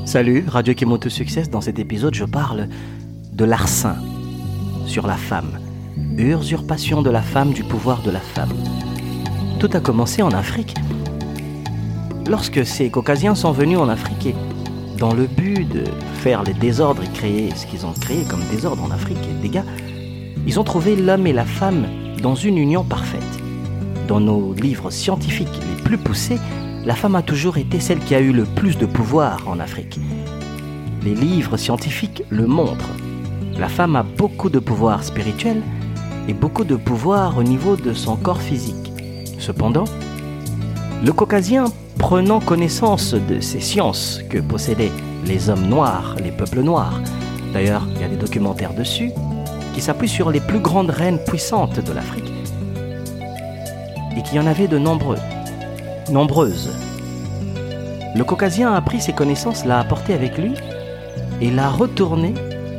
Salut, Radio Kimoto Success. Dans cet épisode, je parle de larcin sur la femme. Usurpation de la femme, du pouvoir de la femme. Tout a commencé en Afrique. Lorsque ces Caucasiens sont venus en Afrique, et dans le but de faire les désordres et créer ce qu'ils ont créé comme désordre en Afrique et dégâts, ils ont trouvé l'homme et la femme dans une union parfaite. Dans nos livres scientifiques les plus poussés, la femme a toujours été celle qui a eu le plus de pouvoir en Afrique. Les livres scientifiques le montrent. La femme a beaucoup de pouvoir spirituel et beaucoup de pouvoir au niveau de son corps physique. Cependant, le Caucasien, prenant connaissance de ces sciences que possédaient les hommes noirs, les peuples noirs, d'ailleurs il y a des documentaires dessus, qui s'appuient sur les plus grandes reines puissantes de l'Afrique, et qu'il y en avait de nombreuses. Le Caucasien a pris ces connaissances, l'a apporté avec lui et l'a retourné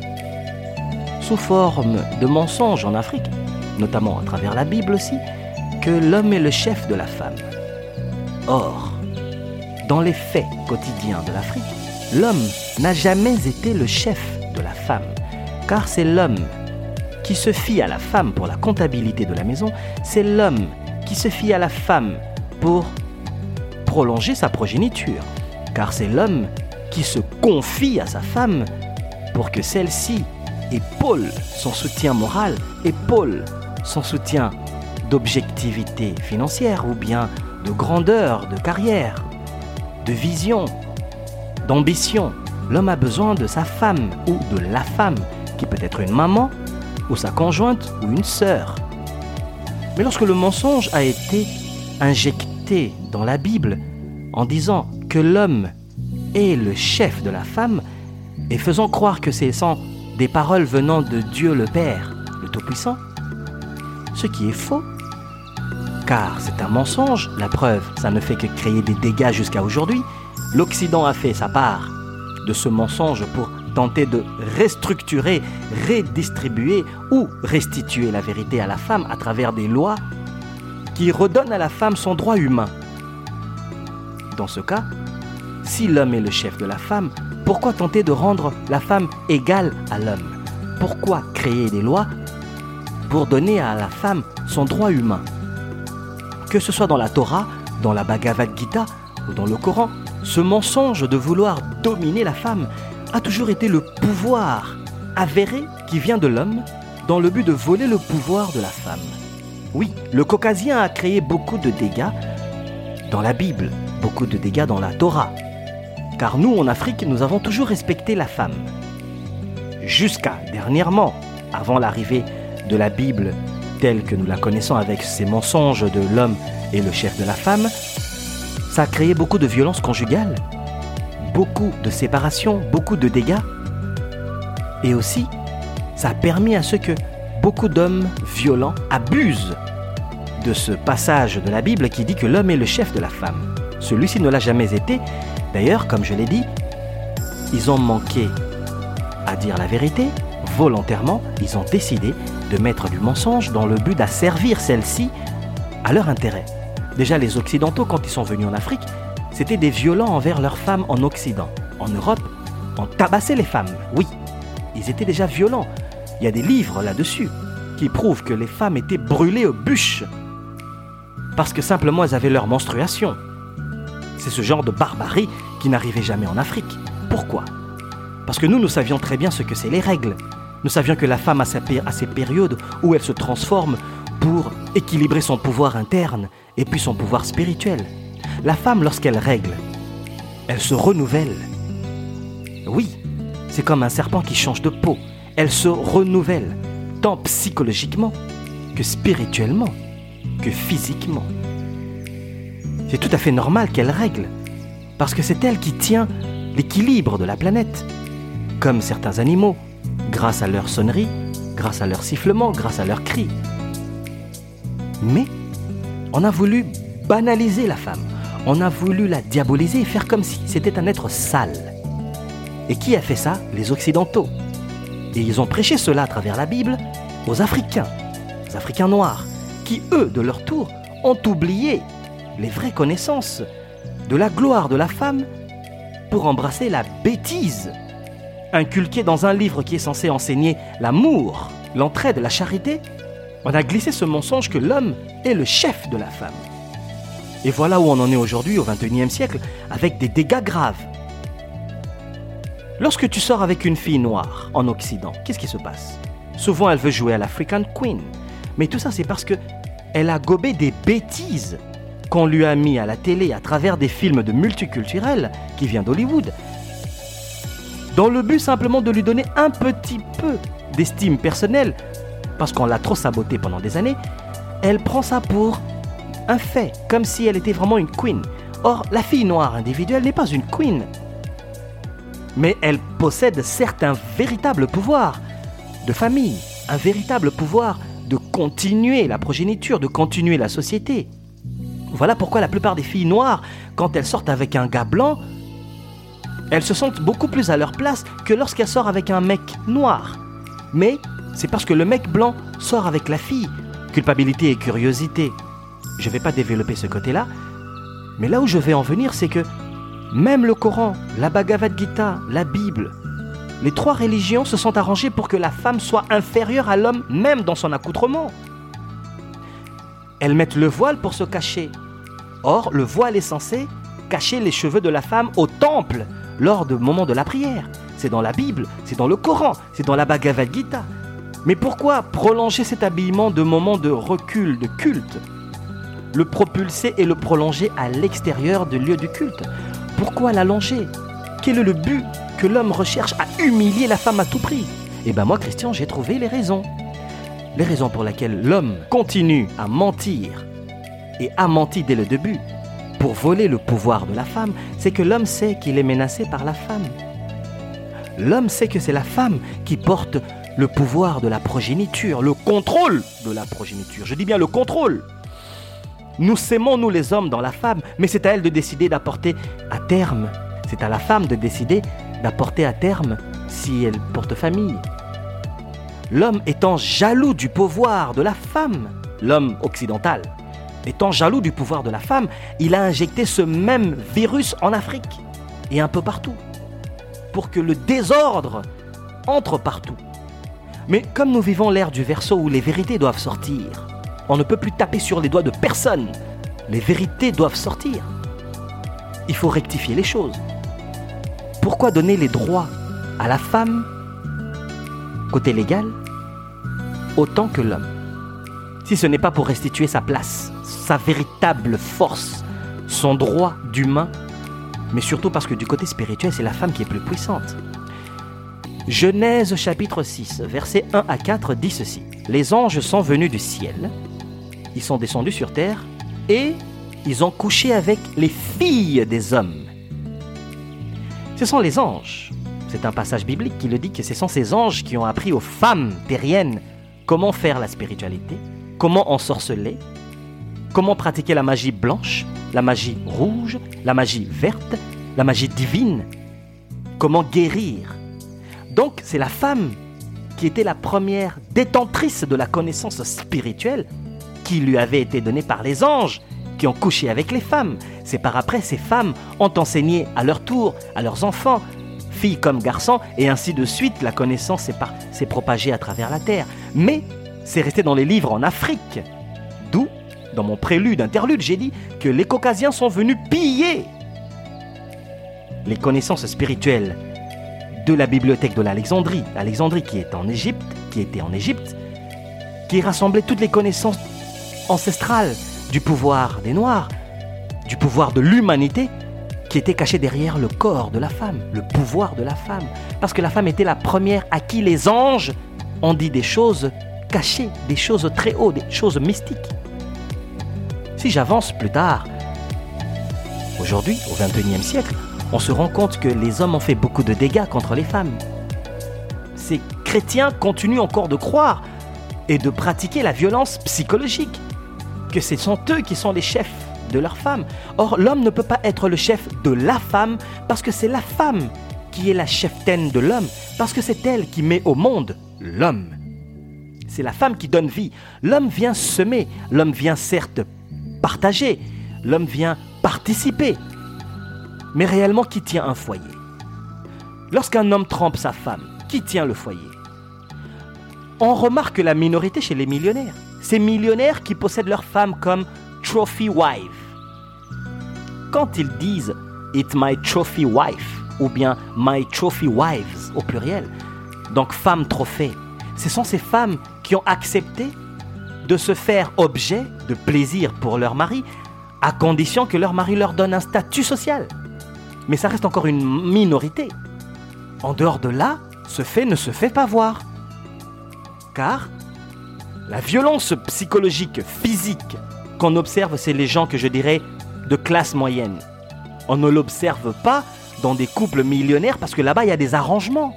sous forme de mensonges en Afrique, notamment à travers la Bible aussi, que l'homme est le chef de la femme. Or, dans les faits quotidiens de l'Afrique, l'homme n'a jamais été le chef de la femme, car c'est l'homme qui se fie à la femme pour la comptabilité de la maison, c'est l'homme qui se fie à la femme pour prolonger sa progéniture, car c'est l'homme qui se confie à sa femme pour que celle-ci épaule son soutien moral, épaule son soutien d'objectivité financière ou bien de grandeur, de carrière, de vision, d'ambition. L'homme a besoin de sa femme ou de la femme, qui peut être une maman ou sa conjointe ou une sœur. Mais lorsque le mensonge a été injecté dans la Bible en disant que l'homme est le chef de la femme et faisant croire que ce sont des paroles venant de Dieu le Père, le Tout-Puissant, ce qui est faux, car c'est un mensonge. La preuve, ça ne fait que créer des dégâts jusqu'à aujourd'hui. L'Occident a fait sa part de ce mensonge pour tenter de restructurer, redistribuer ou restituer la vérité à la femme à travers des lois qui redonnent à la femme son droit humain. Dans ce cas, si l'homme est le chef de la femme, pourquoi tenter de rendre la femme égale à l'homme? Pourquoi créer des lois pour donner à la femme son droit humain? Que ce soit dans la Torah, dans la Bhagavad Gita ou dans le Coran, ce mensonge de vouloir dominer la femme a toujours été le pouvoir avéré qui vient de l'homme dans le but de voler le pouvoir de la femme. Oui, le Caucasien a créé beaucoup de dégâts dans la Bible, beaucoup de dégâts dans la Torah. Car nous, en Afrique, nous avons toujours respecté la femme. Jusqu'à dernièrement, avant l'arrivée de la Bible telle que nous la connaissons avec ses mensonges de l'homme et le chef de la femme, ça a créé beaucoup de violences conjugales, beaucoup de séparations, beaucoup de dégâts. Et aussi, ça a permis à ce que beaucoup d'hommes violents abusent de ce passage de la Bible qui dit que l'homme est le chef de la femme. Celui-ci ne l'a jamais été. D'ailleurs, comme je l'ai dit, ils ont manqué à dire la vérité. Volontairement, ils ont décidé de mettre du mensonge dans le but d'asservir celle-ci à leur intérêt. Déjà, les Occidentaux, quand ils sont venus en Afrique, c'était des violents envers leurs femmes en Occident. En Europe, on tabassait les femmes, oui. Ils étaient déjà violents. Il y a des livres là-dessus qui prouvent que les femmes étaient brûlées aux bûches parce que simplement elles avaient leur menstruation. C'est ce genre de barbarie qui n'arrivait jamais en Afrique. Pourquoi? Parce que nous savions très bien ce que c'est les règles. Nous savions que la femme a ses périodes où elle se transforme pour équilibrer son pouvoir interne et puis son pouvoir spirituel. La femme, lorsqu'elle règle, elle se renouvelle. Oui, c'est comme un serpent qui change de peau. Elle se renouvelle, tant psychologiquement que spirituellement, que physiquement. C'est tout à fait normal qu'elle règle, parce que c'est elle qui tient l'équilibre de la planète. Comme certains animaux, grâce à leur sonnerie, grâce à leur sifflement, grâce à leurs cris. Mais on a voulu banaliser la femme. On a voulu la diaboliser et faire comme si c'était un être sale. Et qui a fait ça? Les Occidentaux. Et ils ont prêché cela à travers la Bible aux Africains noirs, qui eux, de leur tour, ont oublié les vraies connaissances de la gloire de la femme pour embrasser la bêtise, inculquée dans un livre qui est censé enseigner l'amour, l'entraide, la charité. On a glissé ce mensonge que l'homme est le chef de la femme. Et voilà où on en est aujourd'hui, au XXIe siècle, avec des dégâts graves. Lorsque tu sors avec une fille noire en Occident, qu'est-ce qui se passe? Souvent, elle veut jouer à l'African Queen. Mais tout ça, c'est parce qu'elle a gobé des bêtises qu'on lui a mis à la télé à travers des films de multiculturels qui viennent d'Hollywood, dans le but simplement de lui donner un petit peu d'estime personnelle, parce qu'on l'a trop sabotée pendant des années. Elle prend ça pour un fait, comme si elle était vraiment une queen. Or, la fille noire individuelle n'est pas une queen, mais elle possède certes un véritable pouvoir de famille, un véritable pouvoir de continuer la progéniture, de continuer la société. Voilà pourquoi la plupart des filles noires, quand elles sortent avec un gars blanc, elles se sentent beaucoup plus à leur place que lorsqu'elles sortent avec un mec noir. Mais c'est parce que le mec blanc sort avec la fille. Culpabilité et curiosité. Je ne vais pas développer ce côté-là, mais là où je vais en venir, c'est que même le Coran, la Bhagavad Gita, la Bible, les trois religions se sont arrangées pour que la femme soit inférieure à l'homme, même dans son accoutrement. Elles mettent le voile pour se cacher. Or, le voile est censé cacher les cheveux de la femme au temple lors du moment de la prière. C'est dans la Bible, c'est dans le Coran, c'est dans la Bhagavad Gita. Mais pourquoi prolonger cet habillement de moment de recul, de culte? Le propulser et le prolonger à l'extérieur du lieu du culte? Pourquoi l'allonger? Quel est le but que l'homme recherche à humilier la femme à tout prix? Eh bien moi, Christian, j'ai trouvé les raisons. Les raisons pour lesquelles l'homme continue à mentir et a menti dès le début pour voler le pouvoir de la femme, c'est que l'homme sait qu'il est menacé par la femme. L'homme sait que c'est la femme qui porte le pouvoir de la progéniture, le contrôle de la progéniture. Je dis bien le contrôle. Nous s'aimons, nous les hommes, dans la femme, mais c'est à elle de décider d'apporter à terme. C'est à la femme de décider d'apporter à terme si elle porte famille. L'homme étant jaloux du pouvoir de la femme, l'homme occidental, étant jaloux du pouvoir de la femme, il a injecté ce même virus en Afrique et un peu partout, pour que le désordre entre partout. Mais comme nous vivons l'ère du Verseau où les vérités doivent sortir, on ne peut plus taper sur les doigts de personne. Les vérités doivent sortir. Il faut rectifier les choses. Pourquoi donner les droits à la femme, côté légal, autant que l'homme? Si ce n'est pas pour restituer sa place, sa véritable force, son droit d'humain, mais surtout parce que du côté spirituel, c'est la femme qui est plus puissante. Genèse chapitre 6, versets 1 à 4 dit ceci. Les anges sont venus du ciel, ils sont descendus sur terre et ils ont couché avec les filles des hommes. Ce sont les anges. C'est un passage biblique qui le dit que ce sont ces anges qui ont appris aux femmes terriennes comment faire la spiritualité, comment ensorceler, comment pratiquer la magie blanche, la magie rouge, la magie verte, la magie divine, comment guérir. Donc c'est la femme qui était la première détentrice de la connaissance spirituelle qui lui avait été donnée par les anges qui ont couché avec les femmes. C'est par après ces femmes ont enseigné à leur tour à leurs enfants, filles comme garçons, et ainsi de suite. La connaissance s'est propagée à travers la terre. Mais c'est resté dans les livres en Afrique. D'où, dans mon prélude, interlude, j'ai dit que les Caucasiens sont venus piller les connaissances spirituelles de la bibliothèque de l'Alexandrie. L'Alexandrie qui était en Égypte, qui rassemblait toutes les connaissances ancestrales du pouvoir des Noirs, du pouvoir de l'humanité, qui était caché derrière le corps de la femme, le pouvoir de la femme. Parce que la femme était la première à qui les anges ont dit des choses cachées, des choses très hautes, des choses mystiques. Si j'avance plus tard, aujourd'hui, au XXIe siècle, on se rend compte que les hommes ont fait beaucoup de dégâts contre les femmes. Ces chrétiens continuent encore de croire et de pratiquer la violence psychologique, que ce sont eux qui sont les chefs de leur femme. Or, l'homme ne peut pas être le chef de la femme parce que c'est la femme qui est la cheftaine de l'homme, parce que c'est elle qui met au monde l'homme. C'est la femme qui donne vie. L'homme vient semer, l'homme vient certes partager, l'homme vient participer. Mais réellement, qui tient un foyer? Lorsqu'un homme trompe sa femme, qui tient le foyer? On remarque la minorité chez les millionnaires. Ces millionnaires qui possèdent leurs femmes comme trophy wife. Quand ils disent « It's my trophy wife » ou bien « my trophy wives » au pluriel, donc femmes trophées, ce sont ces femmes qui ont accepté de se faire objet de plaisir pour leur mari, à condition que leur mari leur donne un statut social. Mais ça reste encore une minorité. En dehors de là, ce fait ne se fait pas voir. Car la violence psychologique, physique qu'on observe, c'est les gens que je dirais de classe moyenne. On ne l'observe pas dans des couples millionnaires parce que là-bas, il y a des arrangements.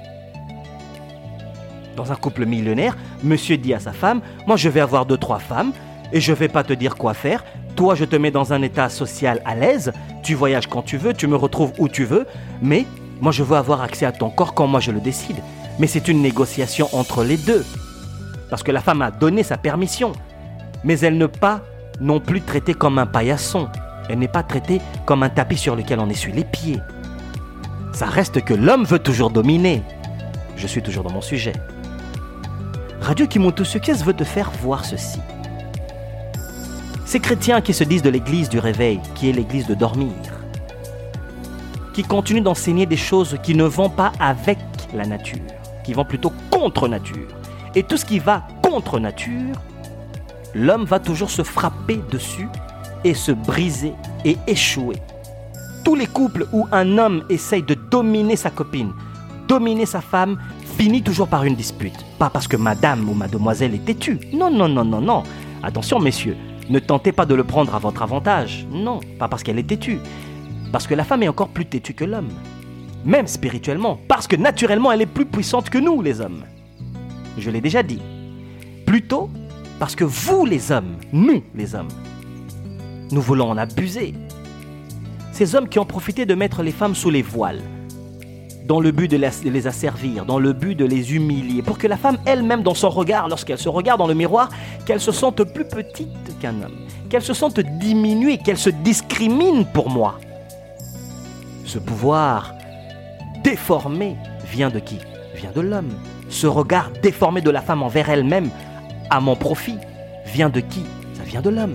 Dans un couple millionnaire, monsieur dit à sa femme, moi je vais avoir 2-3 femmes et je ne vais pas te dire quoi faire. Toi, je te mets dans un état social à l'aise, tu voyages quand tu veux, tu me retrouves où tu veux, mais moi je veux avoir accès à ton corps quand moi je le décide. Mais c'est une négociation entre les deux. Parce que la femme a donné sa permission, mais elle n'est pas non plus traitée comme un paillasson. Elle n'est pas traitée comme un tapis sur lequel on essuie les pieds. Ça reste que l'homme veut toujours dominer. Je suis toujours dans mon sujet. Radio Kimoto-Sukes veut te faire voir ceci. Ces chrétiens qui se disent de l'église du réveil, qui est l'église de dormir, qui continuent d'enseigner des choses qui ne vont pas avec la nature, qui vont plutôt contre nature. Et tout ce qui va contre nature, l'homme va toujours se frapper dessus et se briser et échouer. Tous les couples où un homme essaye de dominer sa copine, dominer sa femme, finit toujours par une dispute. Pas parce que madame ou mademoiselle est têtue. Non, non, non, non, non. Attention messieurs, ne tentez pas de le prendre à votre avantage. Non, pas parce qu'elle est têtue. Parce que la femme est encore plus têtue que l'homme. Même spirituellement, parce que naturellement elle est plus puissante que nous les hommes. Je l'ai déjà dit. Plutôt parce que vous les hommes, nous les hommes, nous voulons en abuser. Ces hommes qui ont profité de mettre les femmes sous les voiles, dans le but de les asservir, dans le but de les humilier, pour que la femme elle-même dans son regard, lorsqu'elle se regarde dans le miroir, qu'elle se sente plus petite qu'un homme, qu'elle se sente diminuée, qu'elle se discrimine pour moi. Ce pouvoir déformé vient de qui? Vient de l'homme. Ce regard déformé de la femme envers elle-même, à mon profit, vient de qui? Ça vient de l'homme.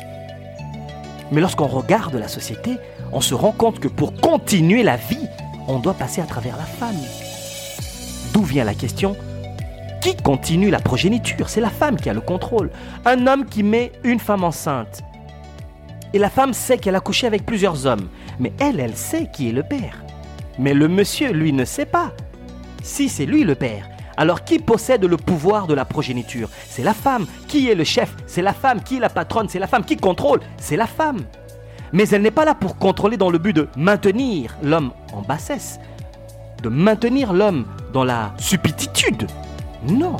Mais lorsqu'on regarde la société, on se rend compte que pour continuer la vie, on doit passer à travers la femme. D'où vient la question? Qui continue la progéniture? C'est la femme qui a le contrôle. Un homme qui met une femme enceinte. Et la femme sait qu'elle a couché avec plusieurs hommes. Mais elle sait qui est le père. Mais le monsieur, lui, ne sait pas. Si c'est lui le père, alors qui possède le pouvoir de la progéniture? C'est la femme. Qui est le chef? C'est la femme. Qui est la patronne? C'est la femme. Qui contrôle? C'est la femme. Mais elle n'est pas là pour contrôler dans le but de maintenir l'homme en bassesse, de maintenir l'homme dans la supititude. Non.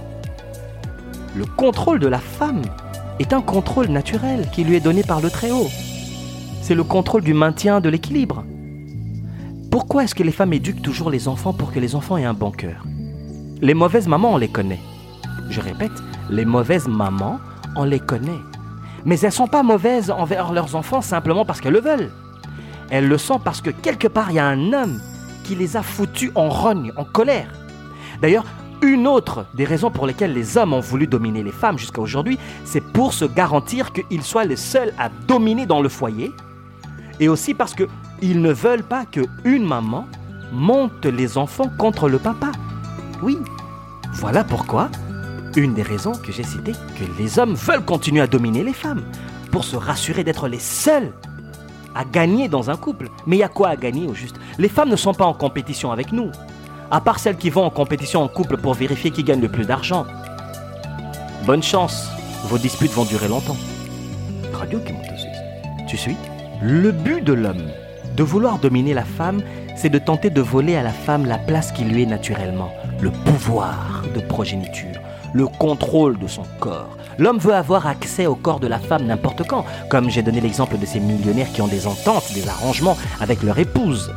Le contrôle de la femme est un contrôle naturel qui lui est donné par le Très-Haut. C'est le contrôle du maintien de l'équilibre. Pourquoi est-ce que les femmes éduquent toujours les enfants pour que les enfants aient un bon cœur? Les mauvaises mamans, on les connaît. Je répète, les mauvaises mamans, on les connaît. Mais elles ne sont pas mauvaises envers leurs enfants simplement parce qu'elles le veulent. Elles le sont parce que quelque part, il y a un homme qui les a foutus en rogne, en colère. D'ailleurs, une autre des raisons pour lesquelles les hommes ont voulu dominer les femmes jusqu'à aujourd'hui, c'est pour se garantir qu'ils soient les seuls à dominer dans le foyer. Et aussi parce qu'ils ne veulent pas qu'une maman monte les enfants contre le papa. Oui, voilà pourquoi, une des raisons que j'ai citées, que les hommes veulent continuer à dominer les femmes, pour se rassurer d'être les seuls à gagner dans un couple. Mais il y a quoi à gagner au juste? Les femmes ne sont pas en compétition avec nous, à part celles qui vont en compétition en couple pour vérifier qui gagne le plus d'argent. Bonne chance, vos disputes vont durer longtemps. Radio Kimoto-Sukes. Tu suis? Le but de l'homme, de vouloir dominer la femme, c'est de tenter de voler à la femme la place qui lui est naturellement, le pouvoir de progéniture, le contrôle de son corps. L'homme veut avoir accès au corps de la femme n'importe quand, comme j'ai donné l'exemple de ces millionnaires qui ont des ententes, des arrangements avec leur épouse.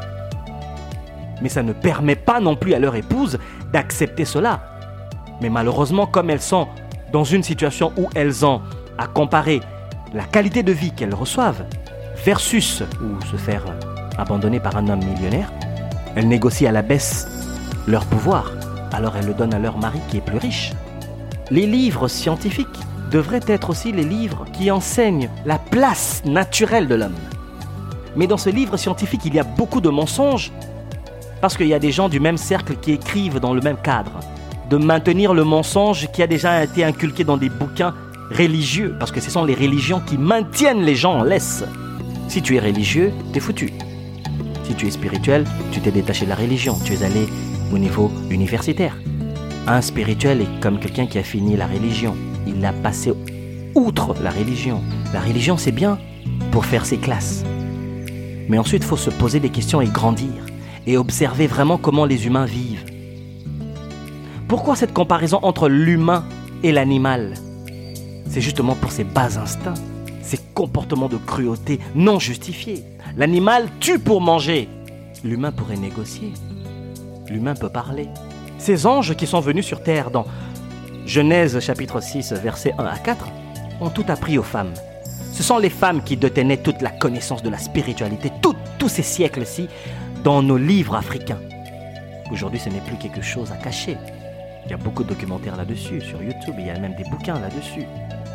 Mais ça ne permet pas non plus à leur épouse d'accepter cela. Mais malheureusement, comme elles sont dans une situation où elles ont à comparer la qualité de vie qu'elles reçoivent versus, ou se faire abandonnés par un homme millionnaire, elles négocient à la baisse leur pouvoir, alors elles le donnent à leur mari qui est plus riche. Les livres scientifiques devraient être aussi les livres qui enseignent la place naturelle de l'homme. Mais dans ce livre scientifique, il y a beaucoup de mensonges, parce qu'il y a des gens du même cercle qui écrivent dans le même cadre, de maintenir le mensonge qui a déjà été inculqué dans des bouquins religieux, parce que ce sont les religions qui maintiennent les gens en laisse. Si tu es religieux, t'es foutu. Si tu es spirituel, tu t'es détaché de la religion, tu es allé au niveau universitaire. Un spirituel est comme quelqu'un qui a fini la religion. Il a passé outre la religion. La religion, c'est bien pour faire ses classes. Mais ensuite, il faut se poser des questions et grandir, et observer vraiment comment les humains vivent. Pourquoi cette comparaison entre l'humain et l'animal ? C'est justement pour ses bas instincts, ces comportements de cruauté non justifiés. L'animal tue pour manger. L'humain pourrait négocier. L'humain peut parler. Ces anges qui sont venus sur terre dans Genèse chapitre 6, versets 1 à 4, ont tout appris aux femmes. Ce sont les femmes qui détenaient toute la connaissance de la spiritualité, tous ces siècles-ci, dans nos livres africains. Aujourd'hui, ce n'est plus quelque chose à cacher. Il y a beaucoup de documentaires là-dessus, sur YouTube, il y a même des bouquins là-dessus.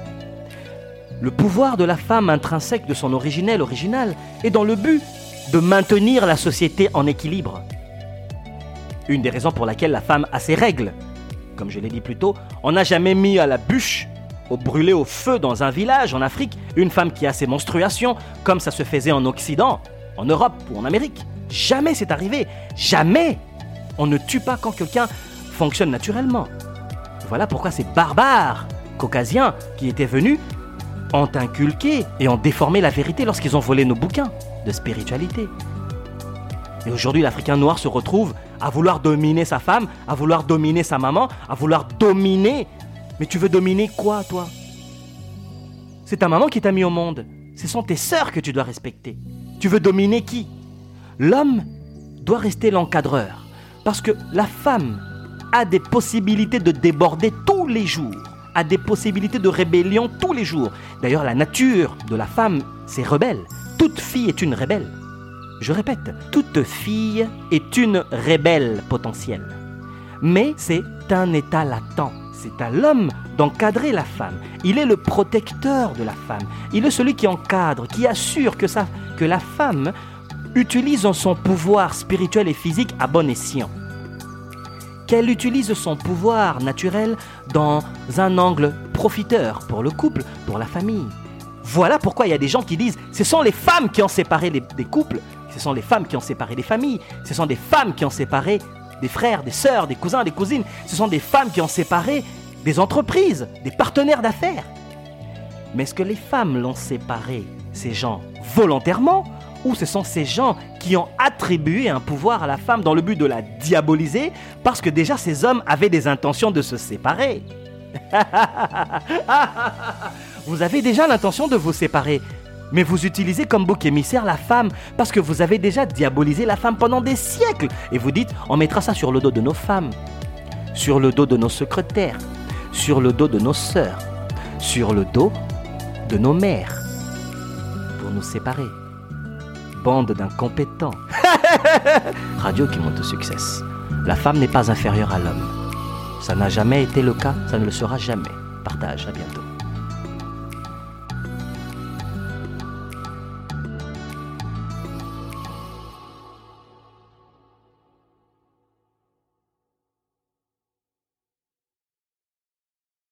Le pouvoir de la femme intrinsèque de son original est dans le but de maintenir la société en équilibre. Une des raisons pour laquelle la femme a ses règles. Comme je l'ai dit plus tôt, on n'a jamais mis à la bûche, brûlé au feu dans un village en Afrique, une femme qui a ses menstruations, comme ça se faisait en Occident, en Europe ou en Amérique. Jamais c'est arrivé. Jamais. On ne tue pas quand quelqu'un fonctionne naturellement. Voilà pourquoi ces barbares caucasiens qui étaient venus ont inculqué et ont déformé la vérité lorsqu'ils ont volé nos bouquins de spiritualité. Et aujourd'hui, l'Africain noir se retrouve à vouloir dominer sa femme, à vouloir dominer sa maman, à vouloir dominer. Mais tu veux dominer quoi, toi ? C'est ta maman qui t'a mis au monde. Ce sont tes sœurs que tu dois respecter. Tu veux dominer qui ? L'homme doit rester l'encadreur. Parce que la femme a des possibilités de déborder tous les jours, a des possibilités de rébellion tous les jours. D'ailleurs, la nature de la femme, c'est rebelle. Toute fille est une rebelle. Je répète, toute fille est une rebelle potentielle. Mais c'est un état latent. C'est à l'homme d'encadrer la femme. Il est le protecteur de la femme. Il est celui qui encadre, qui assure que la femme utilise son pouvoir spirituel et physique à bon escient. Qu'elle utilise son pouvoir naturel dans un angle profiteur pour le couple, pour la famille. Voilà pourquoi il y a des gens qui disent « ce sont les femmes qui ont séparé des couples, ce sont les femmes qui ont séparé des familles, ce sont des femmes qui ont séparé des frères, des sœurs, des cousins, des cousines, ce sont des femmes qui ont séparé des entreprises, des partenaires d'affaires. » Mais est-ce que les femmes l'ont séparé, ces gens, volontairement ? Ou ce sont ces gens qui ont attribué un pouvoir à la femme dans le but de la diaboliser parce que déjà ces hommes avaient des intentions de se séparer. Vous avez déjà l'intention de vous séparer, mais vous utilisez comme bouc émissaire la femme parce que vous avez déjà diabolisé la femme pendant des siècles. Et vous dites, on mettra ça sur le dos de nos femmes, sur le dos de nos secrétaires, sur le dos de nos sœurs, sur le dos de nos mères, pour nous séparer. Bande d'incompétents. Radio qui monte au succès. La femme n'est pas inférieure à l'homme. Ça n'a jamais été le cas, ça ne le sera jamais. Partage, à bientôt.